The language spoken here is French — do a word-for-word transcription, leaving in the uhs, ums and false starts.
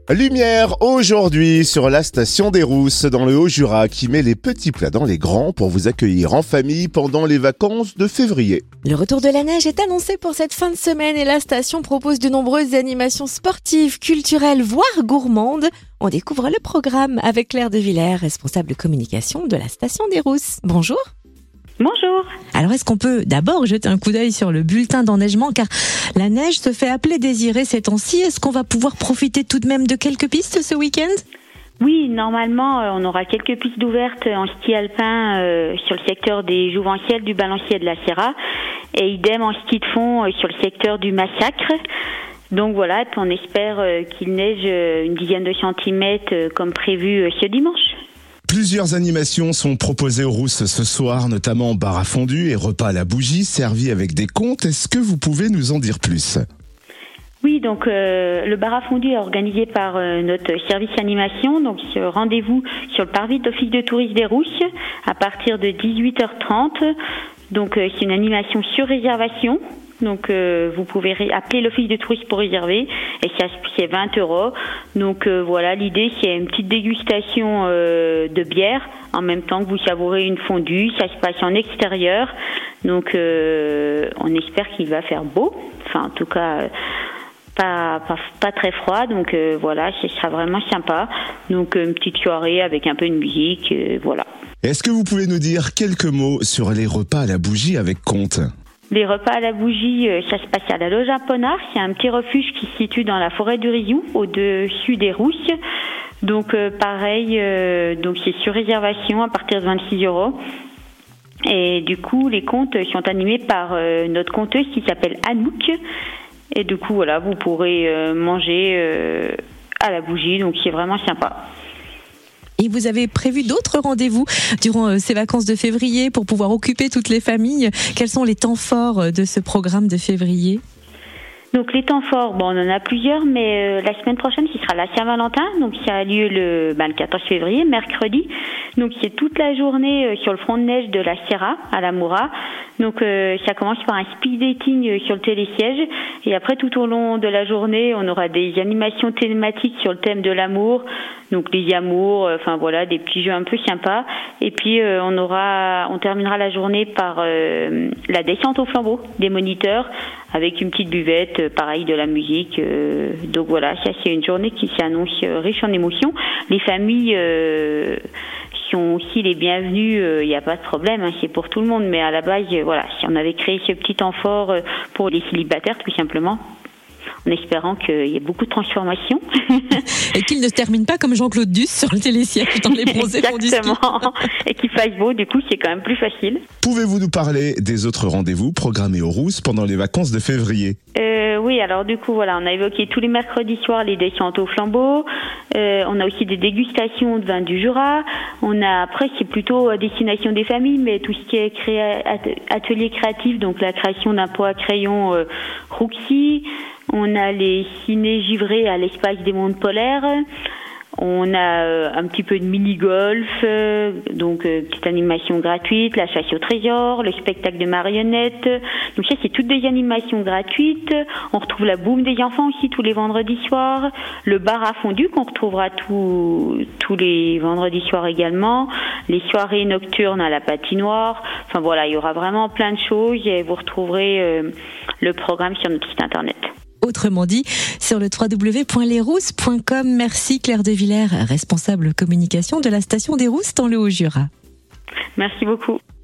Lumière aujourd'hui sur la station des Rousses dans le Haut-Jura qui met les petits plats dans les grands pour vous accueillir en famille pendant les vacances de février. Le retour de la neige est annoncé pour cette fin de semaine et la station propose de nombreuses animations sportives, culturelles, voire gourmandes. On découvre le programme avec Claire de Villers, responsable communication de la station des Rousses. Bonjour. Bonjour. Alors, est-ce qu'on peut d'abord jeter un coup d'œil sur le bulletin d'enneigement, car la neige se fait appeler désirée ces temps-ci. Est-ce qu'on va pouvoir profiter tout de même de quelques pistes ce week-end ? Oui, normalement, on aura quelques pistes ouvertes en ski alpin euh, sur le secteur des Jouvenciels, du Balancier et de la Sierra, et idem en ski de fond euh, sur le secteur du Massacre. Donc voilà, on espère euh, qu'il neige euh, une dizaine de centimètres euh, comme prévu euh, ce dimanche. Plusieurs animations sont proposées aux Rousses ce soir, notamment bar à fondue et repas à la bougie servis avec des contes. Est-ce que vous pouvez nous en dire plus ? Oui, donc euh, le bar à fondue est organisé par euh, notre service animation. Donc rendez-vous sur le parvis d'Office de tourisme des Rousses à partir de dix-huit heures trente. Donc euh, c'est une animation sur réservation. Donc euh, vous pouvez ré- appeler l'office de tourisme pour réserver et ça, c'est vingt euros. Donc euh, voilà, l'idée c'est une petite dégustation euh, de bière en même temps que vous savourez une fondue. Ça se passe en extérieur. Donc euh, on espère qu'il va faire beau. Enfin en tout cas euh, pas, pas, pas très froid. Donc euh, voilà, ce sera vraiment sympa. Donc euh, une petite soirée avec un peu de musique. Euh, voilà. Est-ce que vous pouvez nous dire quelques mots sur les repas à la bougie avec conte ? Les repas à la bougie, ça se passe à la Loge à Ponard. C'est un petit refuge qui se situe dans la forêt du Riou, au-dessus des Rousses. Donc euh, pareil, euh, donc c'est sur réservation à partir de vingt-six euros. Et du coup, les contes sont animés par euh, notre conteuse qui s'appelle Anouk. Et du coup, voilà, vous pourrez euh, manger euh, à la bougie. Donc c'est vraiment sympa. Et vous avez prévu d'autres rendez-vous durant ces vacances de février pour pouvoir occuper toutes les familles. Quels sont les temps forts de ce programme de février ? Donc les temps forts, bon, on en a plusieurs, mais euh, la semaine prochaine, ce sera la Saint-Valentin. Donc ça a lieu le, ben, le quatorze février, mercredi. Donc c'est toute la journée euh, sur le front de neige de la Sierra à la Moura. Donc euh, ça commence par un speed dating euh, sur le télésiège. Et après, tout au long de la journée, on aura des animations thématiques sur le thème de l'amour. Donc les amours, enfin euh, voilà, des petits jeux un peu sympas. Et puis euh, on aura, on terminera la journée par euh, la descente au flambeau des moniteurs avec une petite buvette, euh, pareil de la musique. Euh, donc voilà, ça c'est une journée qui s'annonce euh, riche en émotions. Les familles euh, sont aussi les bienvenues. Il euh, n'y a pas de problème, hein, c'est pour tout le monde. Mais à la base, euh, voilà, si on avait créé ce petit temps fort euh, pour les célibataires, tout simplement. En espérant qu'il y ait beaucoup de transformations. Et qu'il ne se termine pas comme Jean-Claude Duss sur le télésiège dans les bronzés font du ski. Exactement. Et qu'il fasse beau, du coup, c'est quand même plus facile. Pouvez-vous nous parler des autres rendez-vous programmés aux Rousses pendant les vacances de février ? euh, Oui, alors du coup, voilà, on a évoqué tous les mercredis soirs les descentes au flambeau. Euh, on a aussi des dégustations de vin du Jura. On a, après, c'est plutôt à destination des familles, mais tout ce qui est créa- atelier créatif, donc la création d'un pot à crayon euh, Rouxy. On a les ciné givrés à l'espace des mondes polaires. On a euh, un petit peu de mini-golf, euh, donc euh, petite animation gratuite, la chasse au trésor, le spectacle de marionnettes. Donc ça, c'est toutes des animations gratuites. On retrouve la boum des enfants aussi tous les vendredis soirs. Le bar à fondue qu'on retrouvera tous tous les vendredis soirs également. Les soirées nocturnes à la patinoire. Enfin voilà, il y aura vraiment plein de choses et vous retrouverez euh, le programme sur notre site internet. Autrement dit, sur le w w w point les rousses point com. Merci Claire de Villers, responsable communication de la station des Rousses dans le Haut-Jura. Merci beaucoup.